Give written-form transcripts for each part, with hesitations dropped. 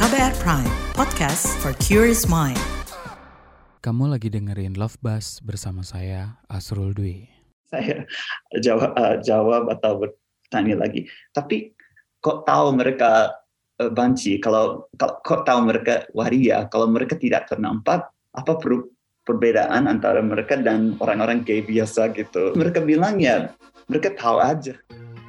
KBR Prime, podcast for curious mind. Kamu lagi dengerin Love Buzz bersama saya, Asrul Dwi. Saya jawab atau bertanya lagi. Tapi kok tahu mereka banci? Kalau kok tahu mereka waria? Kalau mereka tidak ternampak, apa perbedaan antara mereka dan orang-orang gay biasa gitu? Mereka bilang ya, mereka tahu aja.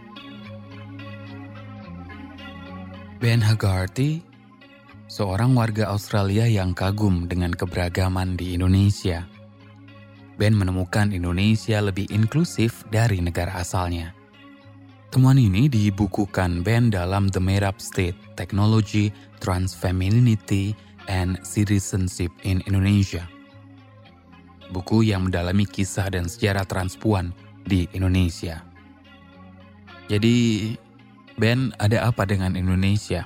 Ben Haggerty, seorang warga Australia yang kagum dengan keberagaman di Indonesia. Ben menemukan Indonesia lebih inklusif dari negara asalnya. Temuan ini dibukukan Ben dalam The Made Up State, Technology, Transfemininity, and Citizenship in Indonesia. Buku yang mendalami kisah dan sejarah transpuan di Indonesia. Jadi, Ben, ada apa dengan Indonesia?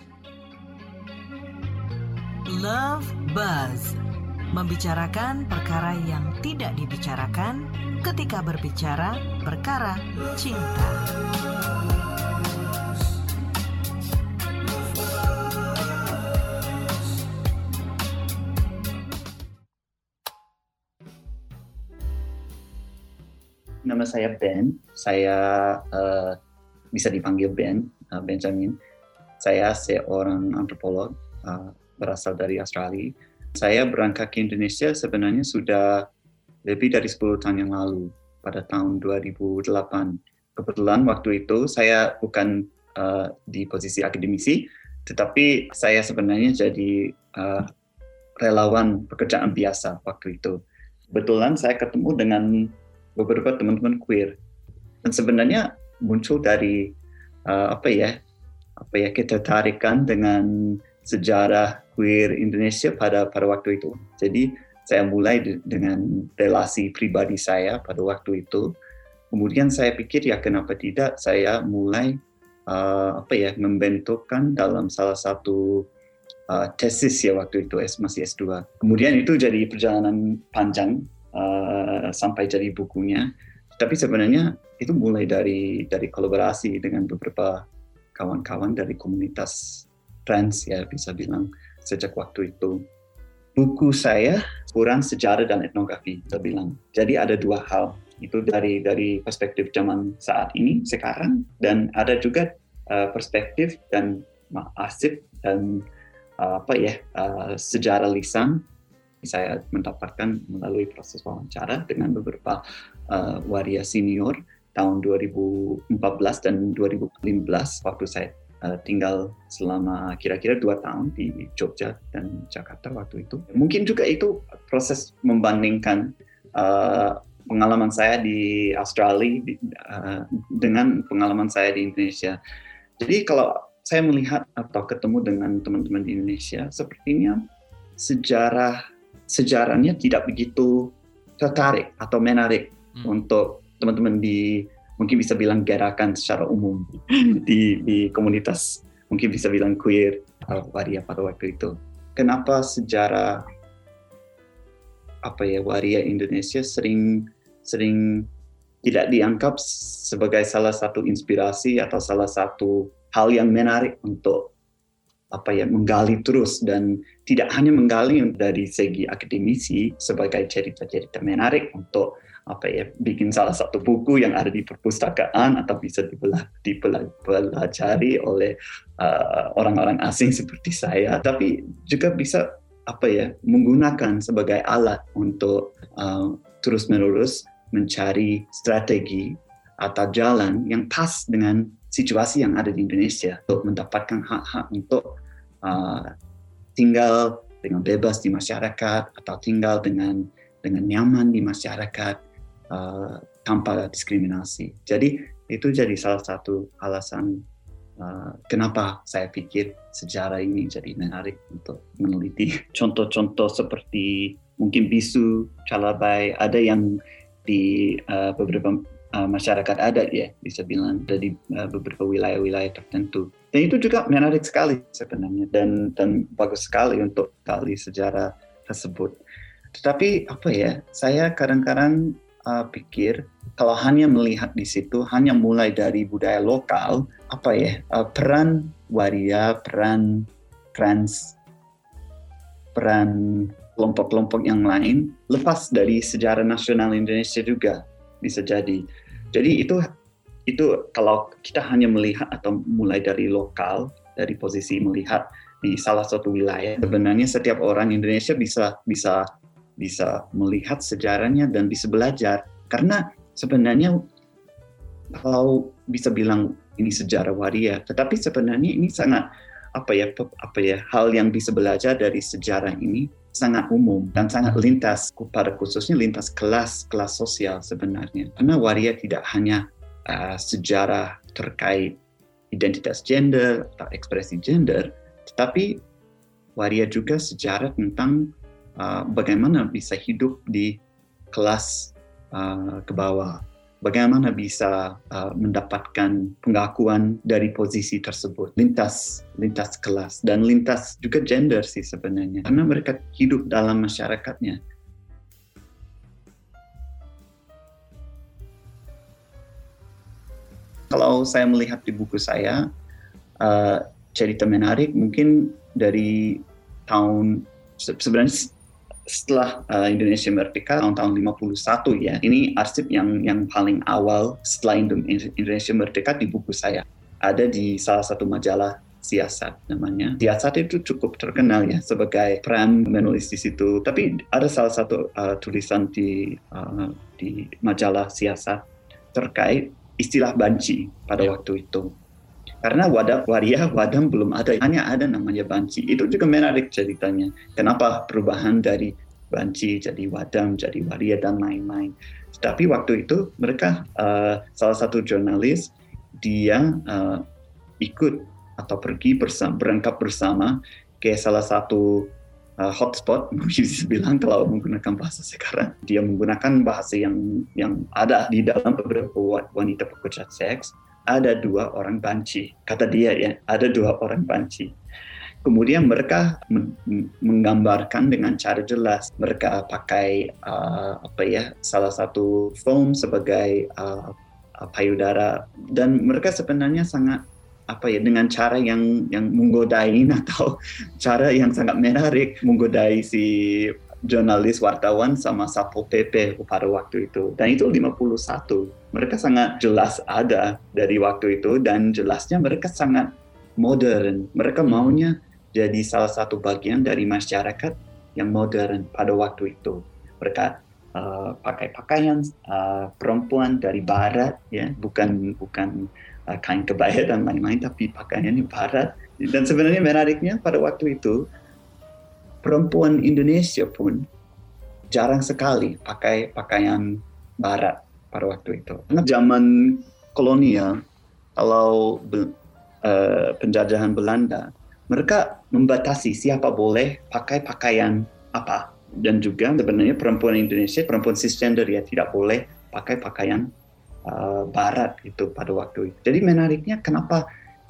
Love Buzz, membicarakan perkara yang tidak dibicarakan ketika berbicara perkara cinta. Nama saya Ben. Saya bisa dipanggil Ben, Benjamin. Saya seorang antropolog berasal dari Australia. Saya berangkat ke Indonesia sebenarnya sudah lebih dari 10 tahun yang lalu, pada tahun 2008. Kebetulan waktu itu saya bukan di posisi akademisi, tetapi saya sebenarnya jadi relawan pekerjaan biasa waktu itu. Kebetulan saya ketemu dengan beberapa teman-teman queer. Dan sebenarnya muncul dari ketertarikan dengan sejarah queer Indonesia pada waktu itu. Jadi saya mulai dengan relasi pribadi saya pada waktu itu. Kemudian saya pikir ya kenapa tidak saya mulai membentukkan dalam salah satu tesis ya waktu itu masih S2. Kemudian itu jadi perjalanan panjang sampai jadi bukunya. Tapi sebenarnya itu mulai dari kolaborasi dengan beberapa kawan-kawan dari komunitas trans ya bisa bilang sejak waktu itu. Buku saya kurang sejarah dan etnografi saya bilang. Jadi ada dua hal. Itu dari perspektif zaman saat ini sekarang dan ada juga perspektif dan arsip dan sejarah lisan. Saya mendapatkan melalui proses wawancara dengan beberapa waria senior tahun 2014 dan 2015 waktu saya tinggal selama kira-kira 2 tahun di Jogja dan Jakarta waktu itu. Mungkin juga itu proses membandingkan pengalaman saya di Australia dengan pengalaman saya di Indonesia. Jadi kalau saya melihat atau ketemu dengan teman-teman di Indonesia, sepertinya sejarahnya tidak begitu tertarik atau menarik untuk teman-teman mungkin bisa bilang gerakan secara umum di komunitas, mungkin bisa bilang queer atau waria pada waktu itu. Kenapa sejarah waria Indonesia sering tidak dianggap sebagai salah satu inspirasi atau salah satu hal yang menarik untuk menggali terus dan tidak hanya menggali dari segi akademisi sebagai cerita-cerita menarik untuk bikin salah satu buku yang ada di perpustakaan atau bisa dipelajari oleh orang-orang asing seperti saya, tapi juga bisa menggunakan sebagai alat untuk terus-menerus mencari strategi atau jalan yang pas dengan situasi yang ada di Indonesia untuk mendapatkan hak-hak untuk tinggal dengan bebas di masyarakat atau tinggal dengan nyaman di masyarakat tanpa diskriminasi. Jadi itu jadi salah satu alasan kenapa saya pikir sejarah ini jadi menarik untuk meneliti. Contoh-contoh seperti mungkin bisu, calabai, ada yang di beberapa masyarakat adat ya bisa bilang dari beberapa wilayah-wilayah tertentu. Dan itu juga menarik sekali sebenarnya dan bagus sekali untuk gali sejarah tersebut. Tetapi saya kadang-kadang pikir kalau hanya melihat di situ, hanya mulai dari budaya lokal, peran waria, peran trans peran kelompok-kelompok yang lain lepas dari sejarah nasional Indonesia juga bisa jadi. Jadi itu kalau kita hanya melihat atau mulai dari lokal, dari posisi melihat di salah satu wilayah, sebenarnya setiap orang Indonesia bisa melihat sejarahnya dan bisa belajar. Karena sebenarnya kalau bisa bilang ini sejarah waria, tetapi sebenarnya ini sangat hal yang bisa belajar dari sejarah ini sangat umum dan sangat lintas, pada khususnya lintas kelas sosial sebenarnya. Karena waria tidak hanya sejarah terkait identitas gender atau ekspresi gender, tetapi waria juga sejarah tentang bagaimana bisa hidup di kelas ke bawah, bagaimana bisa mendapatkan pengakuan dari posisi tersebut, lintas kelas dan lintas juga gender sih sebenarnya, karena mereka hidup dalam masyarakatnya. Kalau saya melihat di buku saya, cerita menarik mungkin dari sebenarnya setelah Indonesia merdeka tahun 51 ya. Ini arsip yang paling awal setelah Indonesia merdeka di buku saya. Ada di salah satu majalah Siasat namanya. Siasat itu cukup terkenal ya sebagai Pram menulis di situ. Tapi ada salah satu tulisan di majalah Siasat terkait istilah banci pada waktu itu. Karena waria wadam belum ada, hanya ada namanya banci. Itu juga menarik ceritanya. Kenapa perubahan dari banci jadi wadam, jadi waria dan lain-lain. Tapi waktu itu mereka salah satu jurnalis dia ikut atau pergi berangkat bersama ke salah satu hotspot, bisa bilang kalau menggunakan bahasa sekarang. Dia menggunakan bahasa yang ada di dalam beberapa wanita pekerja seks. Ada 2 orang banci, kata dia ya, ada 2 orang banci. Kemudian mereka menggambarkan dengan cara jelas. Mereka pakai salah satu foam sebagai payudara, dan mereka sebenarnya sangat dengan cara yang menggodain atau cara yang sangat menarik menggodai si jurnalis wartawan sama Satpol PP pada waktu itu. Dan itu 51. Mereka sangat jelas ada dari waktu itu, dan jelasnya mereka sangat modern. Mereka maunya jadi salah satu bagian dari masyarakat yang modern pada waktu itu. Mereka pakai pakaian perempuan dari barat ya, bukan kain kebaya dan lain-lain, tapi pakaiannya barat. Dan sebenarnya menariknya pada waktu itu perempuan Indonesia pun jarang sekali pakai pakaian barat pada waktu itu. Karena zaman kolonial, kalau penjajahan Belanda, mereka membatasi siapa boleh pakai pakaian apa. Dan juga sebenarnya perempuan Indonesia, perempuan cisgender ya, tidak boleh pakai pakaian barat itu pada waktu itu. Jadi menariknya kenapa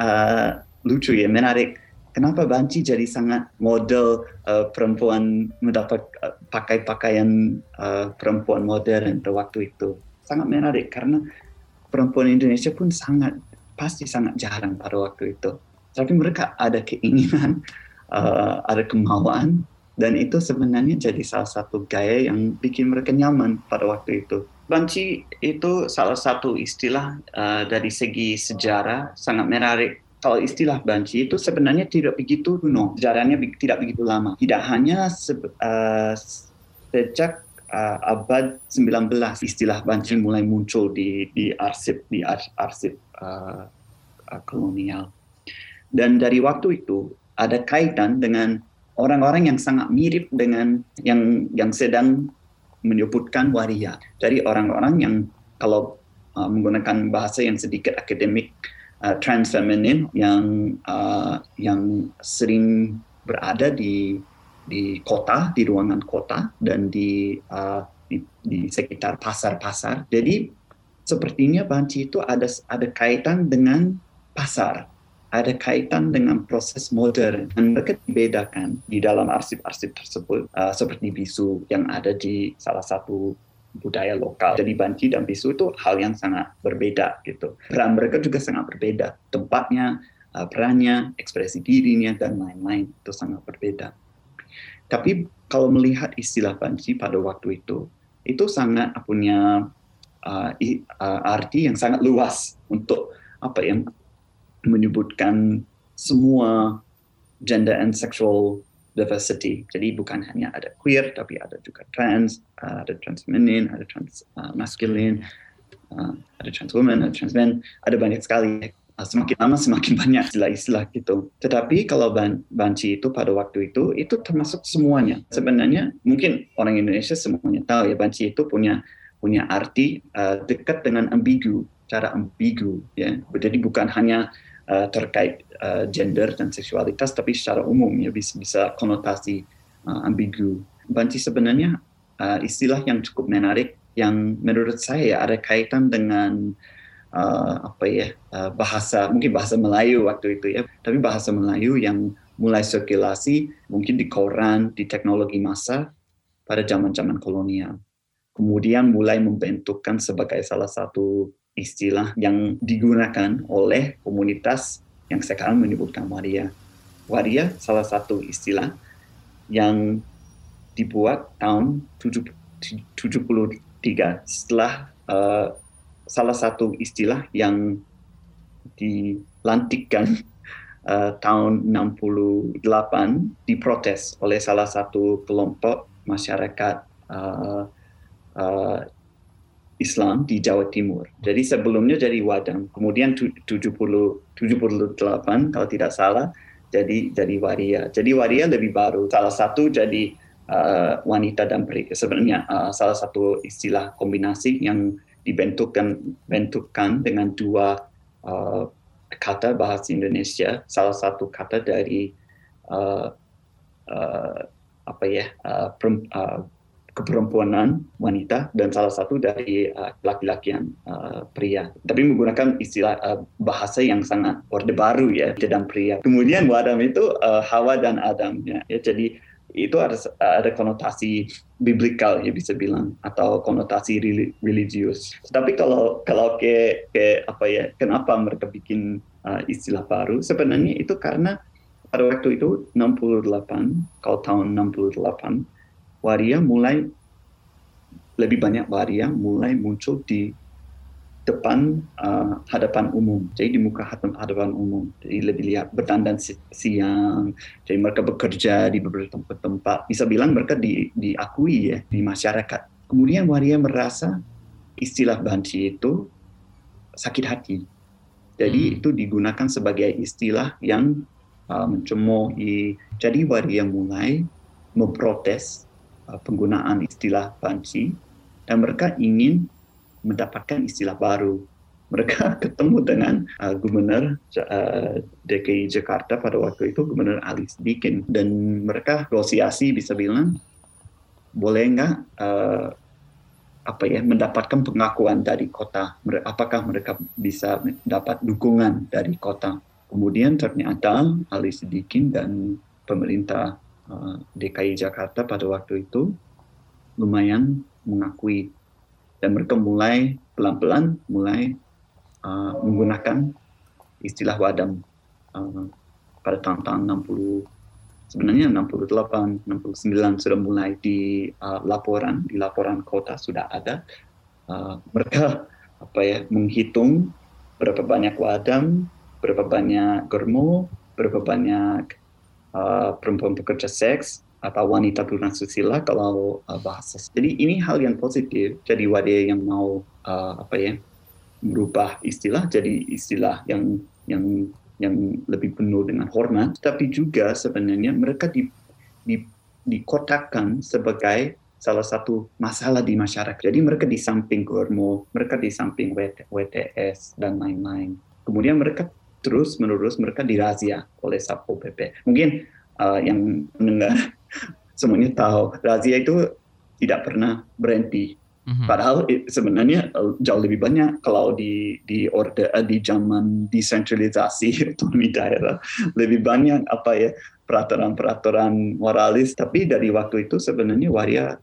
lucu ya, menarik. Kenapa banci jadi sangat model perempuan mendapat pakai pakaian perempuan modern pada waktu itu. Sangat menarik karena perempuan Indonesia pun pasti sangat jarang pada waktu itu. Tapi mereka ada keinginan, ada kemauan, dan itu sebenarnya jadi salah satu gaya yang bikin mereka nyaman pada waktu itu. Banci itu salah satu istilah dari segi sejarah sangat menarik. Kalau istilah banci itu sebenarnya tidak begitu kuno, sejarahnya tidak begitu lama. Tidak hanya sejak abad 19 istilah banci mulai muncul di arsip kolonial. Dan dari waktu itu ada kaitan dengan orang-orang yang sangat mirip dengan yang sedang menyebutkan waria. Jadi orang-orang yang kalau menggunakan bahasa yang sedikit akademik, transfeminin yang sering berada di kota, di ruangan kota dan di sekitar pasar-pasar. Jadi sepertinya banci itu ada kaitan dengan pasar, ada kaitan dengan proses modern, dan mereka dibedakan di dalam arsip-arsip tersebut seperti bisu yang ada di salah satu budaya lokal. Jadi banci dan bisu itu hal yang sangat berbeda gitu. Peran mereka juga sangat berbeda. Tempatnya, perannya, ekspresi dirinya, dan lain-lain itu sangat berbeda. Tapi kalau melihat istilah banci pada waktu itu sangat punya arti yang sangat luas untuk menyebutkan semua gender and sexual diversity. Jadi bukan hanya ada queer, tapi ada juga trans, ada trans feminin, ada trans masculine, ada trans woman, ada trans men, ada banyak sekali. Semakin lama semakin banyak istilah-istilah gitu. Tetapi kalau banci itu pada waktu itu termasuk semuanya. Sebenarnya mungkin orang Indonesia semuanya tahu ya, banci itu punya arti dekat dengan ambigu, cara ambigu ya. Jadi bukan hanya terkait gender dan seksualitas, tapi secara umum ya bisa konotasi ambigu. Banci sebenarnya istilah yang cukup menarik yang menurut saya ada kaitan dengan bahasa, mungkin bahasa Melayu waktu itu ya, tapi bahasa Melayu yang mulai sirkulasi mungkin di koran, di teknologi massa pada zaman-zaman kolonial. Kemudian mulai membentukkan sebagai salah satu istilah yang digunakan oleh komunitas yang sekarang menyebutkan waria. Waria salah satu istilah yang dibuat tahun 73 setelah salah satu istilah yang dilantikkan tahun 68 diprotes oleh salah satu kelompok masyarakat Islam di Jawa Timur. Jadi sebelumnya jadi wadam, kemudian 78 kalau tidak salah jadi waria. Jadi waria lebih baru. Salah satu jadi wanita dan pria. Sebenarnya salah satu istilah kombinasi yang dibentukkan dengan dua kata bahasa Indonesia. Salah satu kata dari keperempuanan wanita dan salah satu dari laki-lakian pria. Tapi menggunakan istilah bahasa yang sangat orde baru ya, dan pria. Kemudian wadam itu Hawa dan Adam ya. Jadi itu ada konotasi biblikal ya bisa bilang, atau konotasi religius. Tapi kalau kenapa mereka bikin istilah baru? Sebenarnya itu karena pada waktu itu 68, kalau tahun 68 waria mulai lebih banyak waria mulai muncul di depan hadapan umum, jadi di muka hadapan umum. Jadi lebih lihat berdandan siang, jadi mereka bekerja di beberapa tempat. Bisa bilang mereka diakui ya di masyarakat. Kemudian waria merasa istilah banci itu sakit hati. Jadi itu digunakan sebagai istilah yang mencemoohi. Jadi waria mulai memprotes penggunaan istilah banci dan mereka ingin mendapatkan istilah baru. Mereka ketemu dengan Gubernur DKI Jakarta pada waktu itu, Gubernur Ali Sadikin, dan mereka negosiasi bisa bilang boleh nggak mendapatkan pengakuan dari kota. Apakah mereka bisa mendapat dukungan dari kota? Kemudian ternyata Ali Sadikin dan pemerintah DKI Jakarta pada waktu itu lumayan mengakui, dan mereka mulai pelan-pelan menggunakan istilah wadam pada tahun 60, sebenarnya 68, 69 sudah mulai di laporan kota sudah ada. Mereka menghitung berapa banyak wadam, berapa banyak germo, berapa banyak perempuan pekerja seks atau wanita tunasusila kalau bahasa. Jadi ini hal yang positif. Jadi waria yang mau merubah istilah jadi istilah yang lebih penuh dengan hormat, tapi juga sebenarnya mereka dikotakkan sebagai salah satu masalah di masyarakat. Jadi mereka di samping germo, mereka di samping WTS dan lain-lain. Kemudian mereka terus-menerus mereka dirazia oleh Satpol PP. Mungkin yang mendengar semuanya tahu, razia itu tidak pernah berhenti. Padahal sebenarnya jauh lebih banyak kalau di zaman desentralisasi otonomi daerah, lebih banyak peraturan-peraturan moralis. Tapi dari waktu itu sebenarnya waria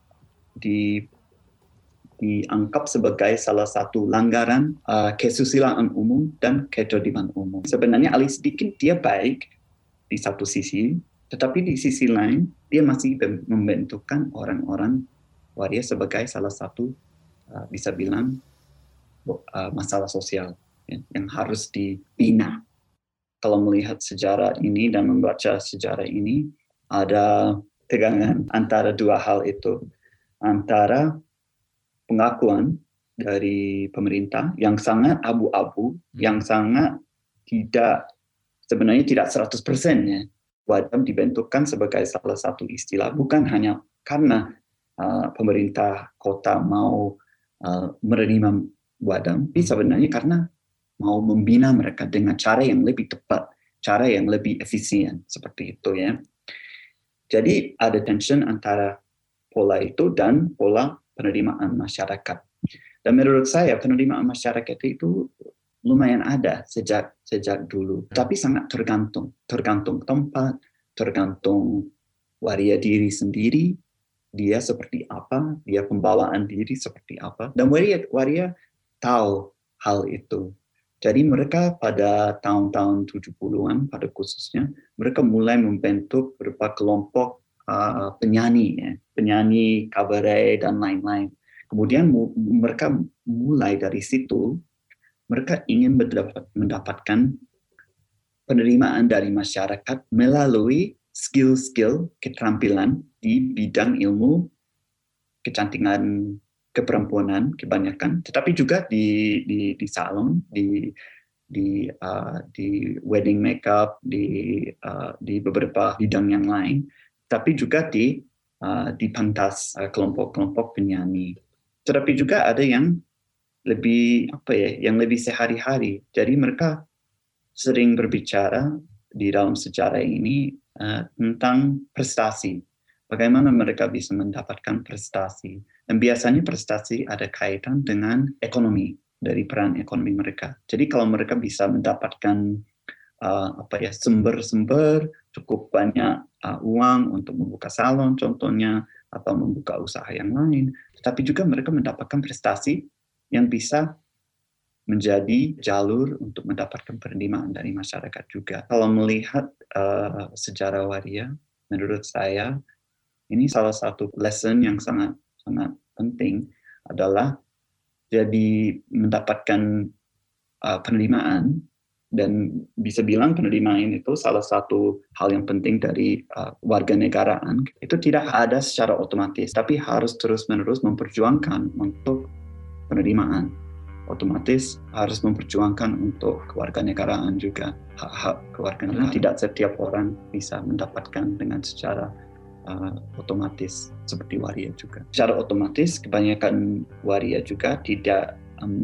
dianggap sebagai salah satu langgaran kesusilaan umum dan ketertiban umum. Sebenarnya Ali Sadikin dia baik di satu sisi, Tetapi di sisi lain, dia masih membentukkan orang-orang waria sebagai salah satu, bisa bilang, masalah sosial yang harus dibina. Kalau melihat sejarah ini dan membaca sejarah ini, ada tegangan antara dua hal itu. Antara pengakuan dari pemerintah yang sangat abu-abu, yang sangat sebenarnya tidak 100% ya. Wadam dibentukkan sebagai salah satu istilah, bukan hanya karena pemerintah kota mau menerima Wadam, tapi sebenarnya karena mau membina mereka dengan cara yang lebih tepat, cara yang lebih efisien, seperti itu ya. Jadi ada tension antara pola itu dan pola penerimaan masyarakat. Dan menurut saya penerimaan masyarakat itu lumayan ada sejak dulu, tapi sangat tergantung tempat, tergantung waria diri sendiri, dia seperti apa, dia pembawaan diri seperti apa, dan waria tahu hal itu. Jadi mereka pada tahun-tahun 70-an pada khususnya, mereka mulai membentuk beberapa kelompok penyanyi, kabaret, dan lain-lain. Kemudian mereka mulai dari situ, mereka ingin mendapatkan penerimaan dari masyarakat melalui skill-skill keterampilan di bidang ilmu, kecantikan, keperempuanan kebanyakan, tetapi juga di salon, di wedding makeup, di beberapa bidang yang lain, tapi juga di pentas kelompok-kelompok penyanyi. Tetapi juga ada yang lebih sehari-hari. Jadi mereka sering berbicara di dalam sejarah ini tentang prestasi. Bagaimana mereka bisa mendapatkan prestasi. Dan biasanya prestasi ada kaitan dengan ekonomi, dari peran ekonomi mereka. Jadi kalau mereka bisa mendapatkan sumber-sumber cukup banyak uang untuk membuka salon contohnya, atau membuka usaha yang lain, tetapi juga mereka mendapatkan prestasi yang bisa menjadi jalur untuk mendapatkan penerimaan dari masyarakat juga. Kalau melihat sejarah waria, menurut saya ini salah satu lesson yang sangat sangat penting adalah jadi mendapatkan penerimaan, dan bisa bilang penerimaan itu salah satu hal yang penting dari warga negaraan. Itu tidak ada secara otomatis, tapi harus terus-menerus memperjuangkan untuk penerimaan. Otomatis harus memperjuangkan untuk kewarganegaraan juga, hak-hak kewarganegaraan. Tidak setiap orang bisa mendapatkan dengan secara otomatis seperti waria juga. Secara otomatis kebanyakan waria juga tidak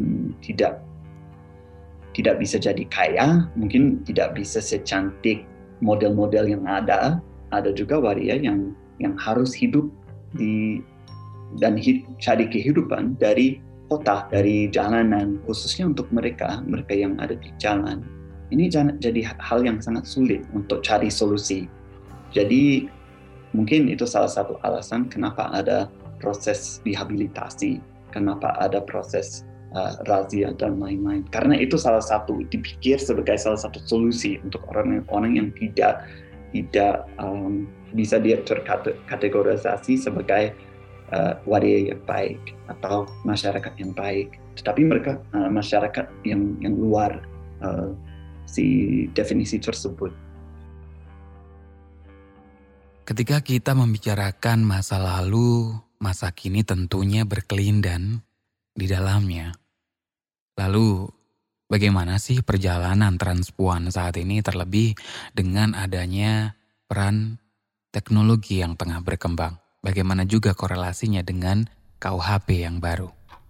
bisa jadi kaya, mungkin tidak bisa secantik model-model yang ada. Ada juga waria yang harus hidup cari kehidupan dari kota, dari jalanan, khususnya untuk mereka yang ada di jalan. Ini jadi hal yang sangat sulit untuk cari solusi. Jadi mungkin itu salah satu alasan kenapa ada proses rehabilitasi, kenapa ada proses razia dan lain-lain. Karena itu salah satu dipikir sebagai salah satu solusi untuk orang yang tidak bisa dia terkategorisasi sebagai waria yang baik atau masyarakat yang baik. Tetapi mereka masyarakat yang luar si definisi tersebut. Ketika kita membicarakan masa lalu, masa kini tentunya berkelindan di dalamnya. Lalu, bagaimana sih perjalanan transpuan saat ini, terlebih dengan adanya peran teknologi yang tengah berkembang? Bagaimana juga korelasinya dengan KUHP yang baru?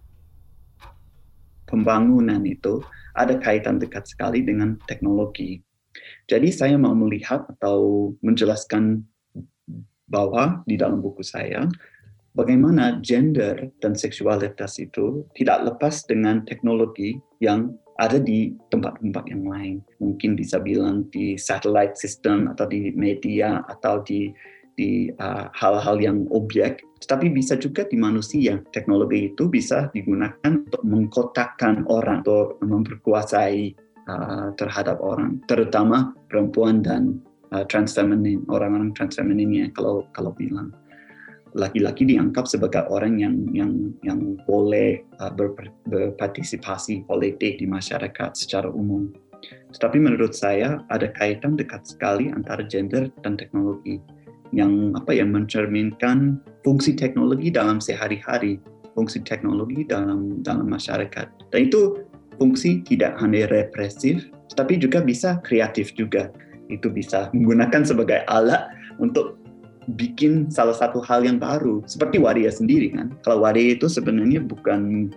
Pembangunan itu ada kaitan dekat sekali dengan teknologi. Jadi saya mau melihat atau menjelaskan bahwa di dalam buku saya, bagaimana gender dan seksualitas itu tidak lepas dengan teknologi yang ada di tempat-tempat yang lain. Mungkin bisa bilang di satellite system atau di media atau di hal-hal yang objek, tetapi bisa juga di manusia. Teknologi itu bisa digunakan untuk mengkotakkan orang, untuk memperkuasai terhadap orang, terutama perempuan dan trans feminine, orang-orang trans feminine ya, kalau bilang laki-laki dianggap sebagai orang yang boleh berpartisipasi politik di masyarakat secara umum. Tetapi menurut saya ada kaitan dekat sekali antara gender dan teknologi yang mencerminkan fungsi teknologi dalam sehari-hari, fungsi teknologi dalam masyarakat. Dan itu fungsi tidak hanya represif, tapi juga bisa kreatif juga. Itu bisa menggunakan sebagai alat untuk bikin salah satu hal yang baru, seperti waria sendiri kan. Kalau waria itu sebenarnya bukan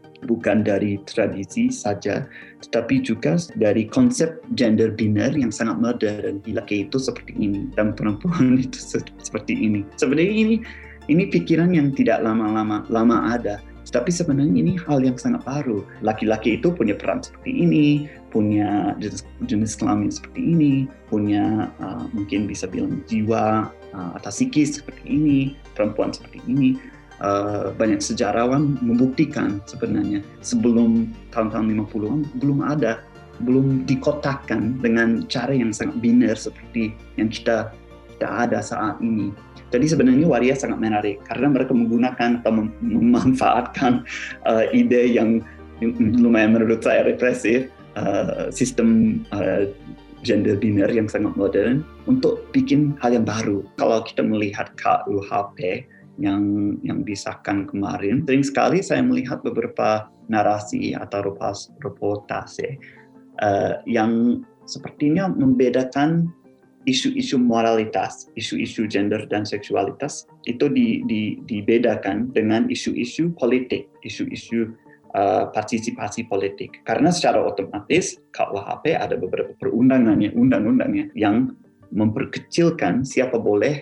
dari tradisi saja, tetapi juga dari konsep gender biner yang sangat modern. Laki itu seperti ini dan perempuan itu seperti ini. Sebenarnya ini pikiran yang tidak lama ada, tapi sebenarnya ini hal yang sangat baru. Laki-laki itu punya peran seperti ini, punya jenis kelamin seperti ini, punya mungkin bisa bilang jiwa atau psikis seperti ini, perempuan seperti ini. Banyak sejarawan membuktikan sebenarnya sebelum tahun-tahun 50-an belum dikotakkan dengan cara yang sangat biner seperti yang kita ada saat ini. Jadi sebenarnya waria sangat menarik karena mereka menggunakan atau memanfaatkan ide yang lumayan menurut saya represif, sistem gender biner yang sangat modern untuk bikin hal yang baru. Kalau kita melihat KUHP yang disahkan kemarin, sering sekali saya melihat beberapa narasi atau reportase yang sepertinya membedakan isu-isu moralitas, isu-isu gender dan seksualitas itu dibedakan dengan isu-isu politik, isu-isu partisipasi politik. Karena secara otomatis KUHP ada beberapa undang-undangnya yang memperkecilkan siapa boleh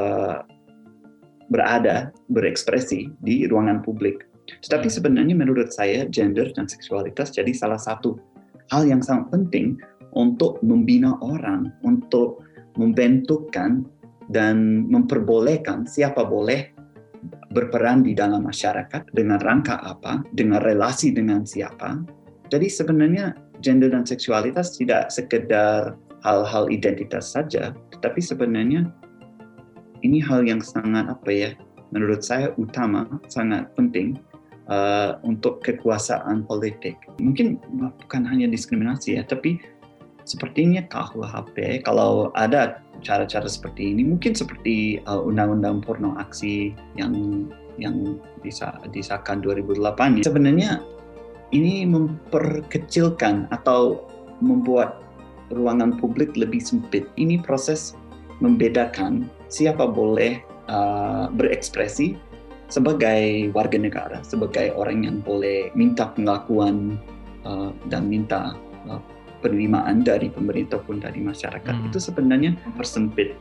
berekspresi di ruangan publik. Tetapi sebenarnya menurut saya gender dan seksualitas jadi salah satu hal yang sangat penting untuk membina orang, untuk membentukkan dan memperbolehkan siapa boleh berperan di dalam masyarakat, dengan rangka apa, dengan relasi dengan siapa. Jadi sebenarnya gender dan seksualitas tidak sekedar hal-hal identitas saja, tetapi sebenarnya ini hal yang sangat menurut saya utama, sangat penting untuk kekuasaan politik. Mungkin bukan hanya diskriminasi ya, tapi sepertinya KUHP kalau ada cara-cara seperti ini, mungkin seperti undang-undang porno aksi yang disahkan 2008. Sebenarnya ini memperkecilkan atau membuat ruangan publik lebih sempit. Ini proses membedakan siapa boleh berekspresi sebagai warga negara, sebagai orang yang boleh minta pengakuan dan minta penerimaan dari pemerintah pun dari masyarakat. Itu sebenarnya mempersempit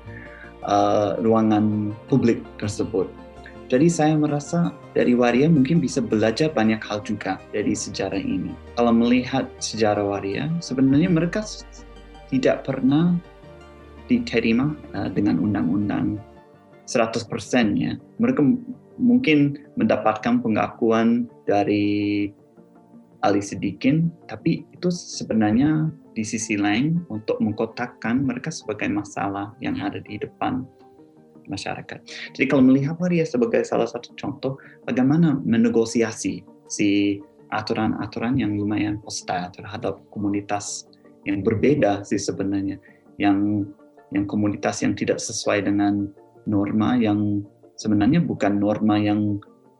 ruangan publik tersebut. Jadi saya merasa dari waria mungkin bisa belajar banyak hal juga dari sejarah ini. Kalau melihat sejarah waria, sebenarnya mereka tidak pernah diterima dengan undang-undang 100% ya. Mereka mungkin mendapatkan pengakuan dari ahli sedikin, tapi itu sebenarnya di sisi lain untuk mengkotakkan mereka sebagai masalah yang ada di depan masyarakat. Jadi kalau melihat waria sebagai salah satu contoh bagaimana menegosiasi si aturan-aturan yang lumayan hostile terhadap komunitas yang berbeda sih sebenarnya, yang komunitas yang tidak sesuai dengan norma yang sebenarnya bukan norma yang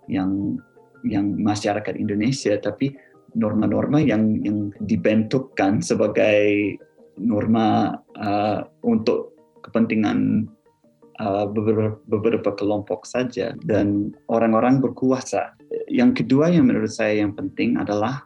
masyarakat Indonesia, tapi norma-norma yang dibentukkan sebagai norma untuk kepentingan beberapa kelompok saja dan orang-orang berkuasa. Yang kedua yang menurut saya yang penting adalah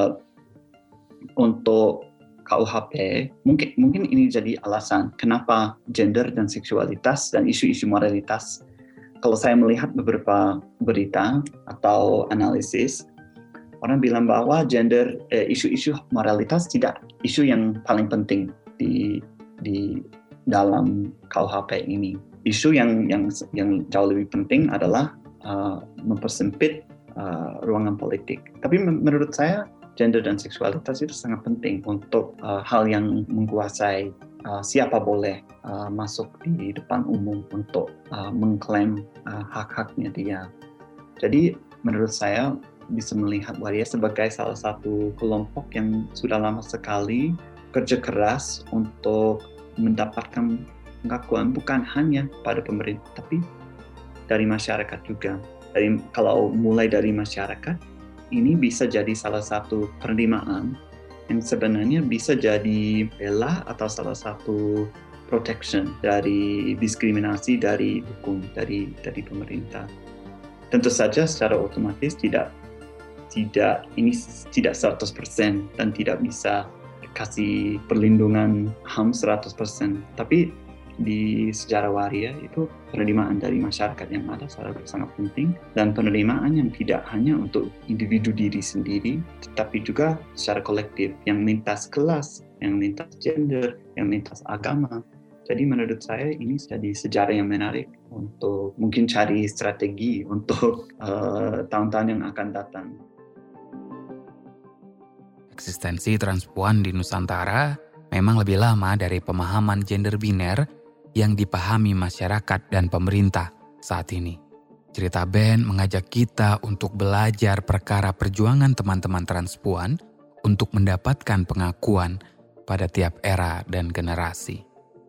untuk KUHP, mungkin ini jadi alasan kenapa gender dan seksualitas dan isu-isu moralitas, kalau saya melihat beberapa berita atau analisis, orang bilang bahwa isu-isu moralitas tidak isu yang paling penting di dalam KUHP ini. Isu yang jauh lebih penting adalah mempersempit ruangan politik. Tapi menurut saya gender dan seksualitas itu sangat penting untuk hal yang menguasai siapa boleh masuk di depan umum untuk mengklaim hak-haknya dia. Jadi menurut saya bisa melihat waria sebagai salah satu kelompok yang sudah lama sekali kerja keras untuk mendapatkan pengakuan bukan hanya pada pemerintah tapi dari masyarakat juga. Kalau mulai dari masyarakat, ini bisa jadi salah satu penerimaan yang sebenarnya bisa jadi bela atau salah satu protection dari diskriminasi dari hukum dari pemerintah. Tentu saja secara otomatis tidak 100% dan tidak bisa kasih perlindungan HAM 100%. Tapi di sejarah waria itu penerimaan dari masyarakat yang ada sangat penting, dan penerimaan yang tidak hanya untuk individu diri sendiri tetapi juga secara kolektif yang lintas kelas, yang lintas gender, yang lintas agama. Jadi menurut saya ini jadi sejarah yang menarik untuk mungkin cari strategi untuk tahun-tahun yang akan datang. Eksistensi transpuan di Nusantara memang lebih lama dari pemahaman gender biner yang dipahami masyarakat dan pemerintah saat ini. Cerita Ben mengajak kita untuk belajar perkara perjuangan teman-teman transpuan untuk mendapatkan pengakuan pada tiap era dan generasi.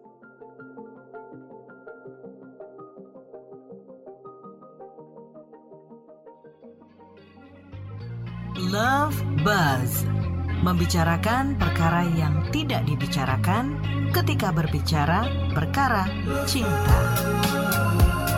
Love Buzz, membicarakan perkara yang tidak dibicarakan ketika berbicara perkara cinta.